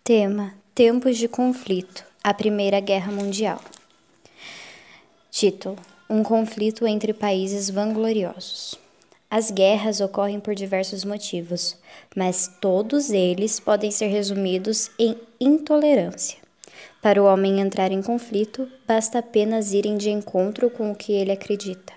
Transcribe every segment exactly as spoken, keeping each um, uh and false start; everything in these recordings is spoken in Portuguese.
Tema: Tempos de conflito, a Primeira Guerra Mundial. Título: Um conflito entre países vangloriosos. As guerras ocorrem por diversos motivos, mas todos eles podem ser resumidos em intolerância. Para o homem entrar em conflito, basta apenas irem de encontro com o que ele acredita.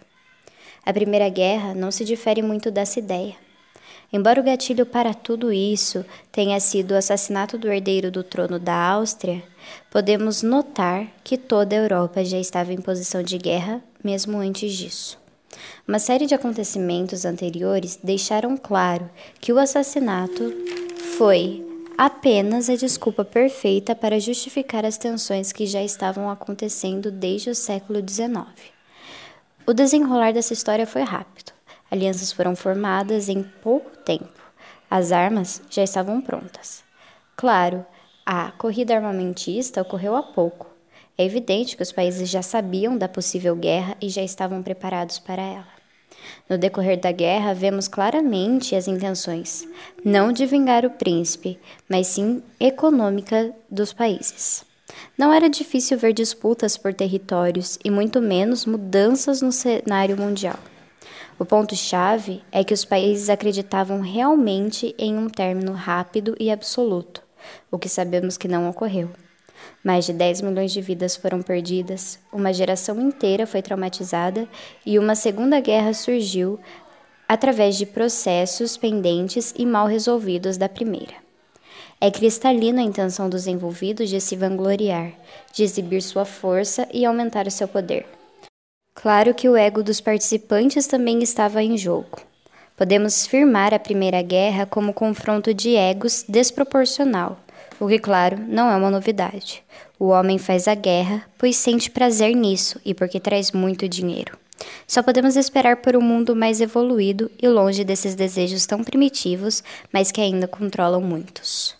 A Primeira Guerra não se difere muito dessa ideia. Embora o gatilho para tudo isso tenha sido o assassinato do herdeiro do trono da Áustria, podemos notar que toda a Europa já estava em posição de guerra mesmo antes disso. Uma série de acontecimentos anteriores deixaram claro que o assassinato foi apenas a desculpa perfeita para justificar as tensões que já estavam acontecendo desde o século dezenove. O desenrolar dessa história foi rápido. Alianças foram formadas em pouco tempo. As armas já estavam prontas. Claro, a corrida armamentista ocorreu há pouco. É evidente que os países já sabiam da possível guerra e já estavam preparados para ela. No decorrer da guerra, vemos claramente as intenções, não de vingar o príncipe, mas sim econômica dos países. Não era difícil ver disputas por territórios e muito menos mudanças no cenário mundial. O ponto-chave é que os países acreditavam realmente em um término rápido e absoluto, o que sabemos que não ocorreu. Mais de dez milhões de vidas foram perdidas, uma geração inteira foi traumatizada e uma segunda guerra surgiu através de processos pendentes e mal resolvidos da primeira. É cristalina a intenção dos envolvidos de se vangloriar, de exibir sua força e aumentar o seu poder. Claro que o ego dos participantes também estava em jogo. Podemos firmar a Primeira Guerra como confronto de egos desproporcional, o que, claro, não é uma novidade. O homem faz a guerra, pois sente prazer nisso e porque traz muito dinheiro. Só podemos esperar por um mundo mais evoluído e longe desses desejos tão primitivos, mas que ainda controlam muitos.